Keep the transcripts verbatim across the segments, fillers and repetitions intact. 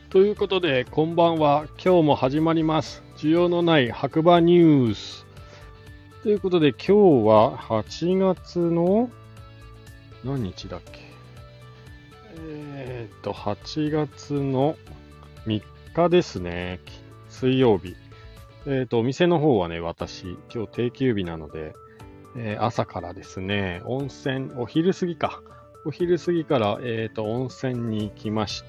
ということで、こんばんは。今日も始まります。需要のない白馬ニュース。ということで、今日ははちがつの何日だっけえーっと、はちがつのみっかですね。水曜日。えーっと、お店の方はね、私、今日定休日なので、えー朝からですね、温泉、お昼過ぎか。お昼過ぎから、えーっと、温泉に行きまして、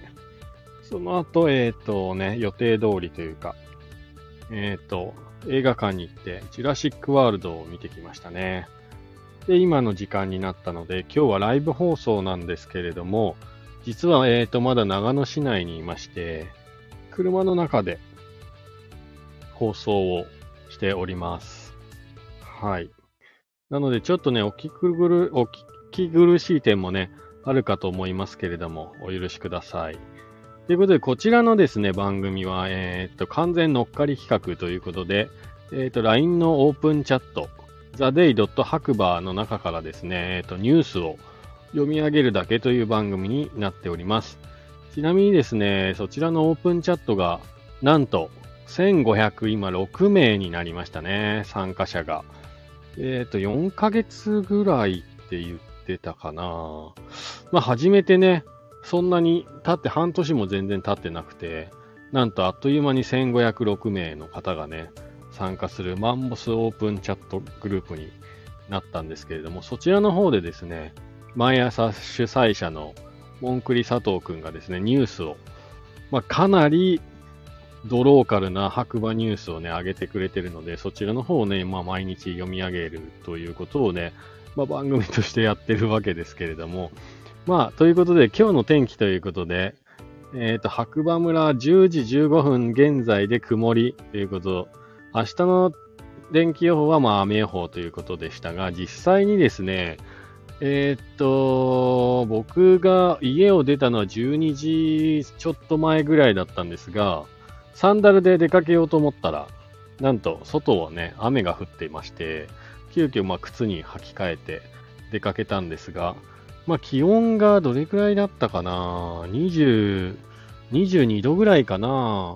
その後、えっとね、予定通りというか、えっと、映画館に行って、ジュラシックワールドを見てきましたね。で、今の時間になったので、今日はライブ放送なんですけれども、実は、えっと、まだ長野市内にいまして、車の中で放送をしております。はい。なので、ちょっとね、お聞き苦る、お聞き苦しい点もね、あるかと思いますけれども、お許しください。ということで、こちらのですね、番組は、えーっと、完全乗っかり企画ということで、えーっと、ライン のオープンチャット、ザデイ 白馬の中からですね、えーっと、ニュースを読み上げるだけという番組になっております。ちなみにですね、そちらのオープンチャットが、なんと、せんごひゃく今ろくめいになりましたね、参加者が。えーっと、よんかげつぐらいって言ってたかな。まあ、初めてね、そんなに経って半年も全然経ってなくて、なんとあっという間にせんごひゃくろくめいの方がね、参加するマンモスオープンチャットグループになったんですけれども、そちらの方でですね、毎朝主催者のモンクリ佐藤くんがですね、ニュースを、まあ、かなりドローカルな白馬ニュースをね、上げてくれてるので、そちらの方をね、まあ、毎日読み上げるということをね、まあ、番組としてやってるわけですけれども、まあ、ということで、今日の天気ということで、えっと、白馬村じゅうじじゅうごふん現在で曇りということ、明日の天気予報はまあ雨予報ということでしたが、実際にですね、えっと、僕が家を出たのはじゅうにじちょっと前ぐらいだったんですが、サンダルで出かけようと思ったら、なんと外はね、雨が降っていまして、急遽まあ靴に履き替えて出かけたんですが、まあ気温がどれくらいだったかな にじゅう、にじゅうにどぐらいかな。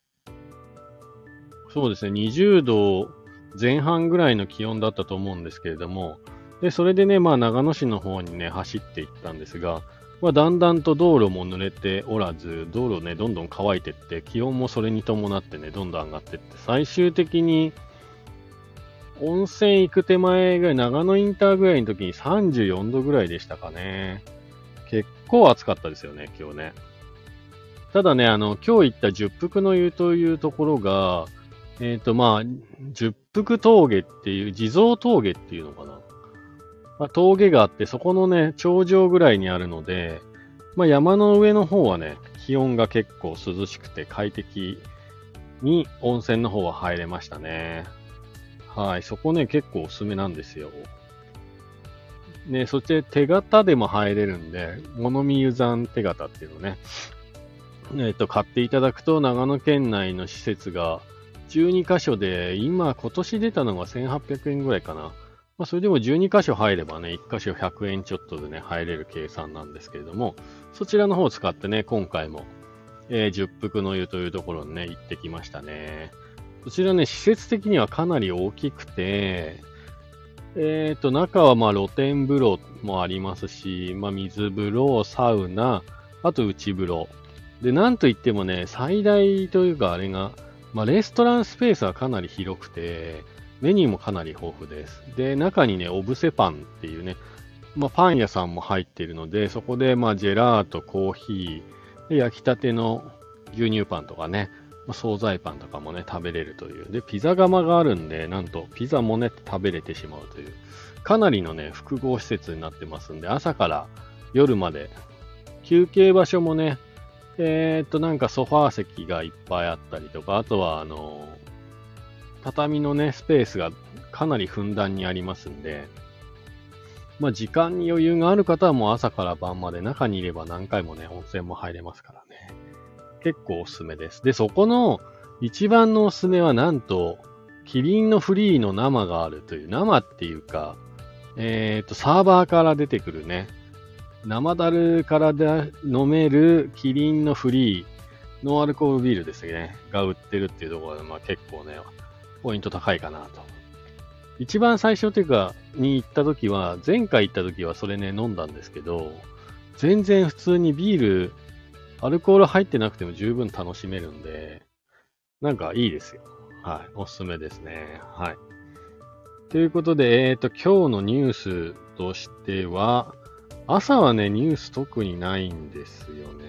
そうですね、にじゅうどぜん半ぐらいの気温だったと思うんですけれども、で、それでね、まあ長野市の方にね、走っていったんですが、まあだんだんと道路も濡れておらず、道路ね、どんどん乾いてって、気温もそれに伴ってね、どんどん上がってって、最終的に温泉行く手前ぐらい、長野インターぐらいの時にさんじゅうよんどぐらいでしたかね。結構暑かったですよね、今日ね。ただね、あの、今日行った十福の湯というところが、えっと、まあ、十福峠っていう、地蔵峠っていうのかな。まあ、峠があって、そこのね、頂上ぐらいにあるので、まあ、山の上の方はね、気温が結構涼しくて快適に温泉の方は入れましたね。はい、そこね、結構おすすめなんですよ。ね、そして手形でも入れるんで、物見湯山手形っていうのね、えっと、買っていただくと長野県内の施設がじゅうにかしょで、今、今年出たのがせんはっぴゃくえんぐらいかな。まあ、それでもじゅうにかしょ入ればね、いっかしょひゃくえんちょっとでね、入れる計算なんですけれども、そちらの方を使ってね、今回も、えー、十福の湯というところにね、行ってきましたね。こちらね、施設的にはかなり大きくて、えっと、中はまあ露天風呂もありますし、まあ水風呂、サウナ、あと内風呂。で、なんといってもね、最大というかあれが、まあレストランスペースはかなり広くて、メニューもかなり豊富です。で、中にね、オブセパンっていうね、まあパン屋さんも入っているので、そこでまあジェラート、コーヒー、で焼きたての牛乳パンとかね、まあ、惣菜パンとかもね、食べれるという。で、ピザ窯があるんで、なんと、ピザもね、食べれてしまうという。かなりのね、複合施設になってますんで、朝から夜まで、休憩場所もね、えー、っと、なんかソファー席がいっぱいあったりとか、あとは、あのー、畳のね、スペースがかなりふんだんにありますんで、まあ、時間に余裕がある方はもう朝から晩まで中にいれば何回もね、温泉も入れますからね。結構おすすめです。で、そこの一番のおすすめはなんと、キリンのフリーの生があるという、生っていうか、えっと、サーバーから出てくるね、生だるからで飲めるキリンのフリー。 ノンアルコールビールですね、が売ってるっていうところで、まあ結構ね、ポイント高いかなと。一番最初というか、に行った時は、前回行った時はそれね、飲んだんですけど、全然普通にビール、アルコール入ってなくても十分楽しめるんで、なんかいいですよ。はい。おすすめですね。はい。ということで、えっと、今日のニュースとしては、朝はね、ニュース特にないんですよね。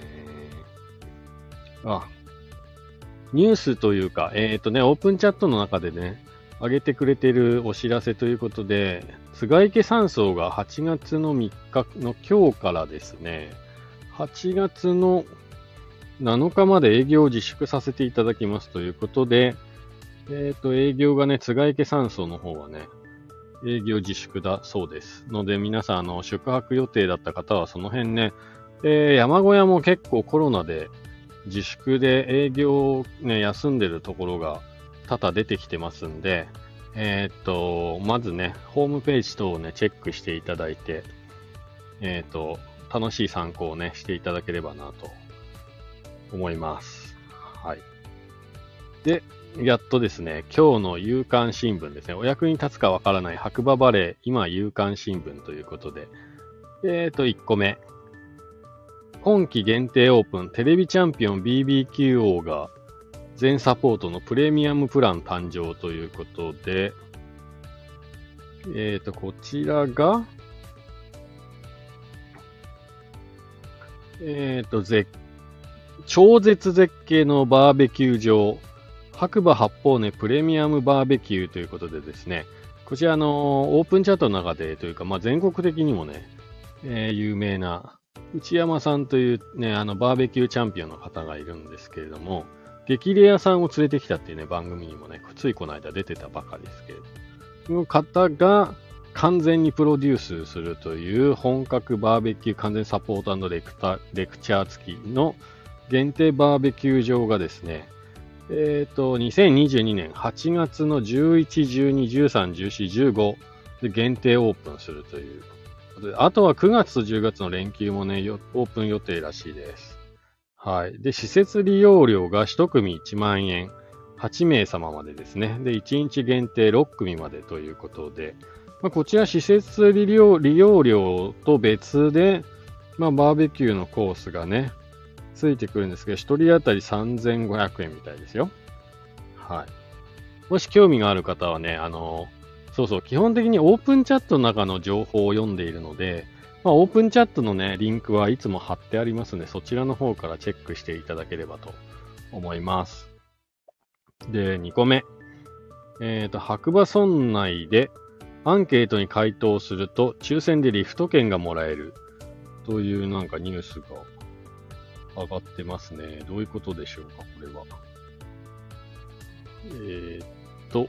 あ、ニュースというか、えっとね、オープンチャットの中でね、上げてくれてるお知らせということで、栂池山荘がはちがつのみっかの今日からですね、はちがつのなのかまで営業を自粛させていただきますということで、えっと、営業がね、栂池山荘の方はね、営業自粛だそうです。ので、皆さん、あの、宿泊予定だった方はその辺ね、で、山小屋も結構コロナで自粛で営業をね、休んでるところが多々出てきてますんで、えっと、まずね、ホームページ等をね、チェックしていただいて、えっと、楽しい参考をね、していただければなと思います。はい。で、やっとですね、今日の夕刊新聞ですね、お役に立つかわからない白馬バレー、今夕刊新聞ということで、えっと、いっこめ。今季限定オープン、テレビチャンピオン ビービーキュー 王が全サポートのプレミアムプラン誕生ということで、えっと、こちらが、えっと、絶、超絶絶景のバーベキュー場、白馬八方根プレミアムバーベキューということでですね、こちらのオープンチャットの中でというか、まあ、全国的にもね、えー、有名な内山さんというね、あのバーベキューチャンピオンの方がいるんですけれども、激レアさんを連れてきたっていうね、番組にもね、ついこの間出てたばかりですけれど、その方が完全にプロデュースするという本格バーベキュー完全サポート&レクタレクチャー付きの限定バーベキュー場がですね、えっと、にせんにじゅうにねんはちがつのじゅういち、じゅうに、じゅうさん、じゅうよん、じゅうごで限定オープンするということで、あとはくがつとじゅうがつの連休もね、オープン予定らしいです。はい。で、施設利用料がいち組いちまんえん、はちめい様までですね。で、いちにち限定ろっ組までということで、まあ、こちら施設利用利用料と別で、まあ、バーベキューのコースがね、ついてくるんですけど、ひとり当たりさんぜんごひゃくえんみたいですよ。はい。もし興味がある方はね、あの、そうそう、基本的にオープンチャットの中の情報を読んでいるので、まあ、オープンチャットのね、リンクはいつも貼ってありますので、そちらの方からチェックしていただければと思います。で、にこめ。えっと、白馬村内でアンケートに回答すると、抽選でリフト券がもらえるというなんかニュースが上がってますね。どういうことでしょうか、これは。えー、っと、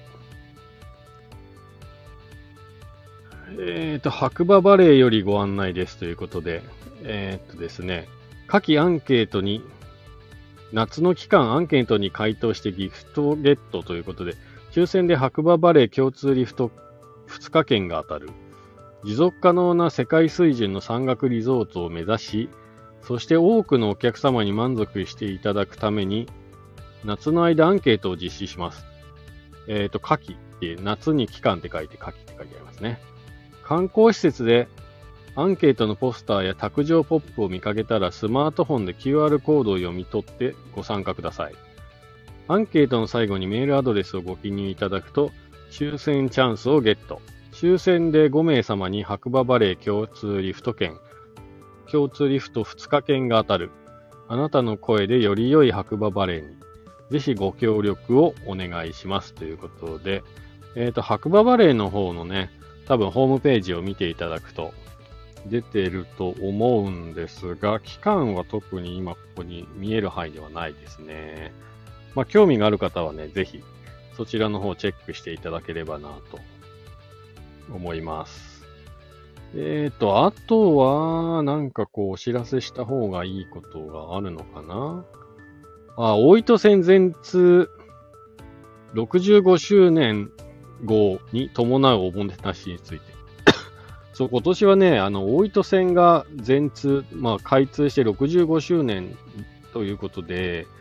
えー、っと、白馬バレーよりご案内ですということで、えー、っとですね、下記アンケートに、夏の期間アンケートに回答してギフトゲットということで、抽選で白馬バレー共通リフトふつか券が当たる。持続可能な世界水準の山岳リゾートを目指し、そして多くのお客様に満足していただくために、夏の間アンケートを実施します。えっと、夏季っていう、夏に期間って書いて夏季って書いてありますね。観光施設でアンケートのポスターや卓上ポップを見かけたらスマートフォンで キューアール コードを読み取ってご参加ください。アンケートの最後にメールアドレスをご記入いただくと、抽選チャンスをゲット。抽選でごめい様に白馬バレー共通リフト券、共通リフトふつか券が当たる。あなたの声でより良い白馬バレーに。ぜひご協力をお願いしますということで、えっと、白馬バレーの方のね、多分ホームページを見ていただくと出てると思うんですが、期間は特に今ここに見える範囲ではないですね。まあ、興味がある方はね、ぜひそちらの方をチェックしていただければなと思います。えっと、あとは、なんかこう、お知らせした方がいいことがあるのかな。あ、大糸線全通ろくじゅうごしゅうねん号に伴うおもてなしについて。そう、今年はね、あの、大糸線が全通、まあ、開通してろくじゅうごしゅうねんということで、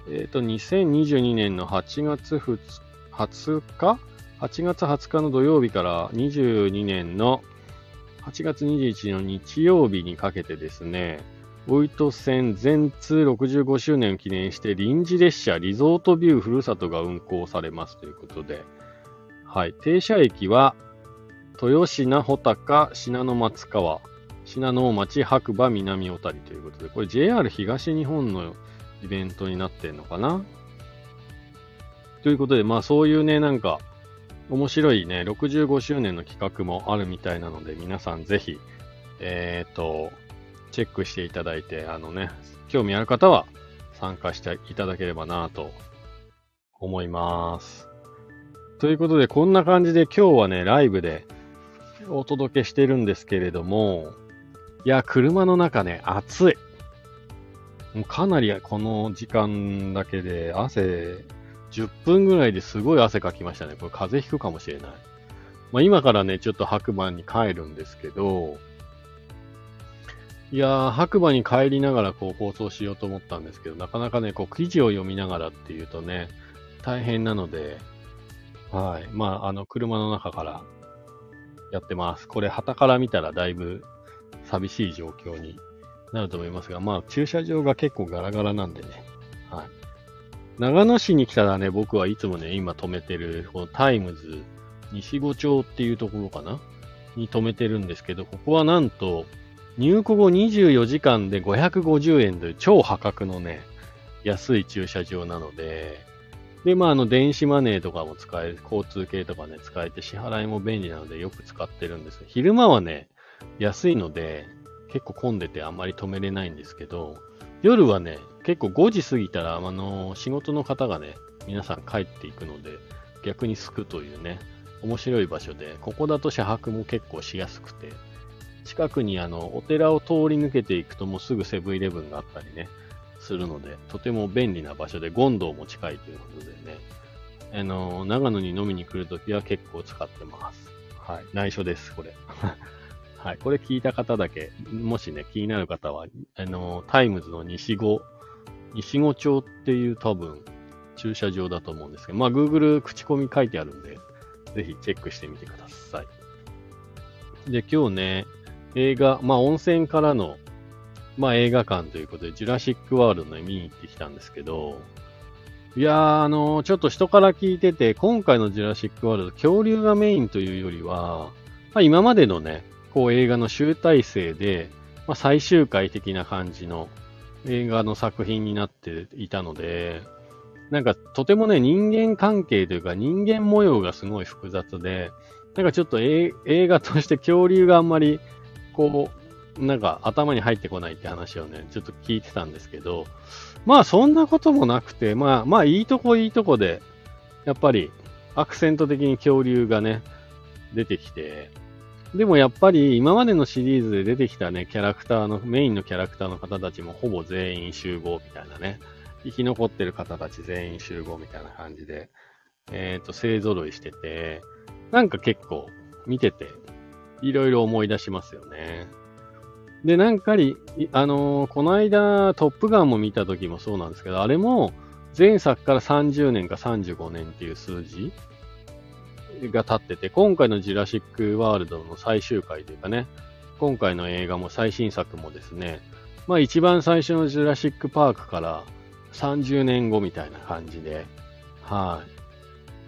えっと、にせんにじゅうにねんのはちがつはつか ?はち 月はつかの土曜日からにじゅうにねんのはちがつにじゅういちにちの日曜日にかけてですね、大糸線全通ろくじゅうごしゅうねんを記念して臨時列車リゾートビューふるさとが運行されますということで、はい、停車駅は豊品、穂高、信濃松川、信濃町、白馬、南小谷ということで、これ ジェイアール 東日本のイベントになってんのかなということで、まあそういうね、なんか面白いね、ろくじゅうごしゅうねんの企画もあるみたいなので、皆さんぜひ、えっと、チェックしていただいて、あのね、興味ある方は参加していただければなと思います。ということで、こんな感じで今日はね、ライブでお届けしてるんですけれども、いや、車の中ね、暑い。もうかなりこの時間だけで汗、じゅっぷんぐらいですごい汗かきましたね。これ風邪ひくかもしれない。まあ今からね、ちょっと白馬に帰るんですけど、いやー、白馬に帰りながらこう放送しようと思ったんですけど、なかなかね、こう記事を読みながらっていうとね、大変なので、はい。まあ、あの、車の中からやってます。これ、旗から見たらだいぶ寂しい状況になると思いますが、まあ、駐車場が結構ガラガラなんでね。はい。長野市に来たらね、僕はいつもね、今止めてる、このタイムズ西五町っていうところかなに止めてるんですけど、ここはなんと、入庫後にじゅうよじかんでごひゃくごじゅうえんという超破格のね、安い駐車場なので、で、まあ、あの、電子マネーとかも使える、交通系とかね、使えて支払いも便利なのでよく使ってるんです。昼間はね、安いので、結構混んでてあんまり止めれないんですけど、夜はね、結構ごじ過ぎたら、あの、仕事の方がね、皆さん帰っていくので、逆にすくというね、面白い場所で、ここだと車泊も結構しやすくて、近くにあの、お寺を通り抜けていくともうすぐセブンイレブンがあったりね、するので、とても便利な場所で、権堂も近いということでね、あの、長野に飲みに来るときは結構使ってます。はい。内緒です、これ。はい。これ聞いた方だけ、もしね、気になる方は、あの、タイムズの西五、西五町っていう多分、駐車場だと思うんですけど、まあ、Google 口コミ書いてあるんで、ぜひチェックしてみてください。で、今日ね、映画、まあ、温泉からの、まあ、映画館ということで、ジュラシックワールドね、見に行ってきたんですけど、いやー、あのー、ちょっと人から聞いてて、今回のジュラシックワールド、恐竜がメインというよりは、まあ、今までのね、こう映画の集大成で、まあ、最終回的な感じの映画の作品になっていたので、なんかとてもね、人間関係というか人間模様がすごい複雑で、なんかちょっと映画として恐竜があんまり、こう、なんか頭に入ってこないって話をね、ちょっと聞いてたんですけど、まあそんなこともなくて、まあまあいいとこいいとこで、やっぱりアクセント的に恐竜がね、出てきて、でもやっぱり今までのシリーズで出てきたね、キャラクターの、メインのキャラクターの方たちもほぼ全員集合みたいなね、生き残ってる方たち全員集合みたいな感じで、えっと、勢揃いしてて、なんか結構見てて、いろいろ思い出しますよね。で、なんかり、あのー、この間、トップガンも見た時もそうなんですけど、あれも、前作からさんじゅうねんかさんじゅうごねんっていう数字が経ってて、今回のジュラシックワールドの最終回というかね、今回の映画も最新作もですね、まあ一番最初のジュラシックパークからさんじゅうねんごみたいな感じで、はい。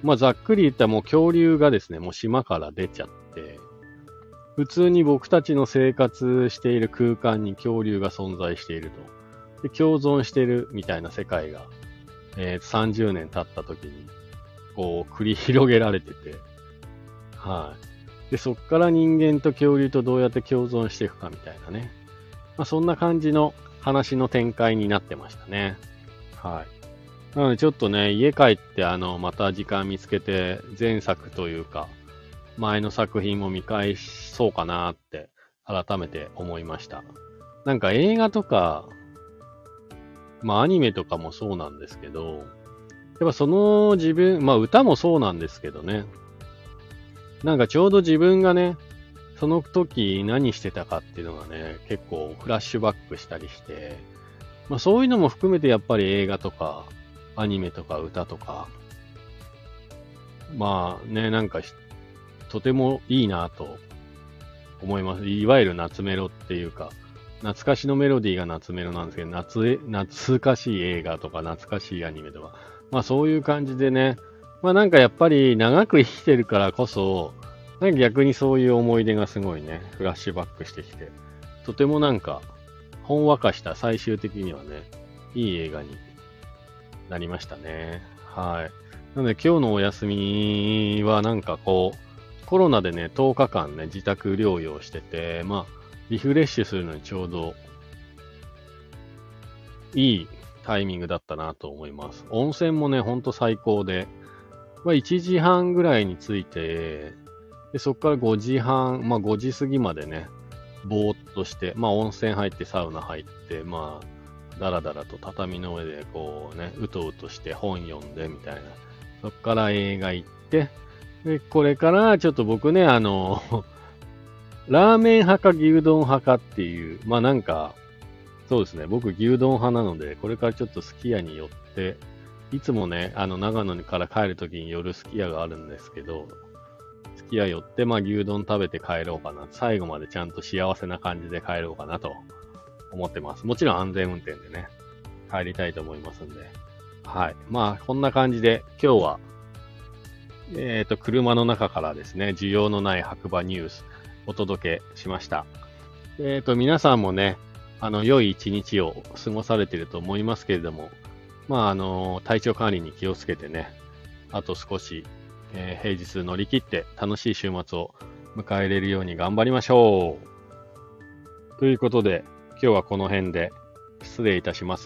まあざっくり言ったらもう恐竜がですね、もう島から出ちゃって、普通に僕たちの生活している空間に恐竜が存在していると。で、共存しているみたいな世界が、えー、さんじゅうねん経った時に、こう、繰り広げられてて、はい。で、そっから人間と恐竜とどうやって共存していくかみたいなね。まあ、そんな感じの話の展開になってましたね。はい。なのでちょっとね、家帰ってあの、また時間見つけて、前作というか、前の作品も見返そうかなって改めて思いました。なんか映画とか、まあアニメとかもそうなんですけど、やっぱその自分、まあ歌もそうなんですけどね。なんかちょうど自分がね、その時何してたかっていうのがね、結構フラッシュバックしたりして、まあそういうのも含めてやっぱり映画とかアニメとか歌とか、まあね、なんかとてもいいなと思います。いわゆる夏メロっていうか、懐かしのメロディーが夏メロなんですけど、夏、懐かしい映画とか懐かしいアニメとか、まあそういう感じでね、まあなんかやっぱり長く生きてるからこそ、なんか逆にそういう思い出がすごいね、フラッシュバックしてきて、とてもなんか、ほんわかした最終的にはね、いい映画になりましたね。はい。なので今日のお休みはなんかこう、コロナでね、とおかかんね、自宅療養してて、まあ、リフレッシュするのにちょうどいいタイミングだったなと思います。温泉もね、ほんと最高で、まあ、いちじはんぐらいに着いて、でそこからごじはん、まあごじ過ぎまでね、ぼーっとして、まあ温泉入ってサウナ入って、まあ、だらだらと畳の上でこうね、うとうとして本読んでみたいな。そっから映画行って、で、これからちょっと僕ね、あの、ラーメン派か牛丼派かっていう、まあなんか、そうですね、僕牛丼派なので、これからちょっとすき家に寄って、いつもね、あの、長野から帰るときに寄るすき家があるんですけど、すき家寄って、まあ牛丼食べて帰ろうかな。最後までちゃんと幸せな感じで帰ろうかなと思ってます。もちろん安全運転でね、帰りたいと思いますんで。はい。まあ、こんな感じで、今日は、えっと、車の中からですね、需要のない白馬ニュース、お届けしました。えっと、皆さんもね、あの、良い一日を過ごされていると思いますけれども、まあ、あの、体調管理に気をつけてね、あと少し、えー、平日乗り切って楽しい週末を迎えれるように頑張りましょう。ということで、今日はこの辺で失礼いたします。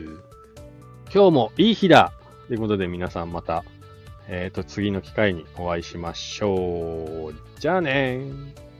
今日もいい日だということで皆さんまた、えっと、次の機会にお会いしましょう。じゃあねー。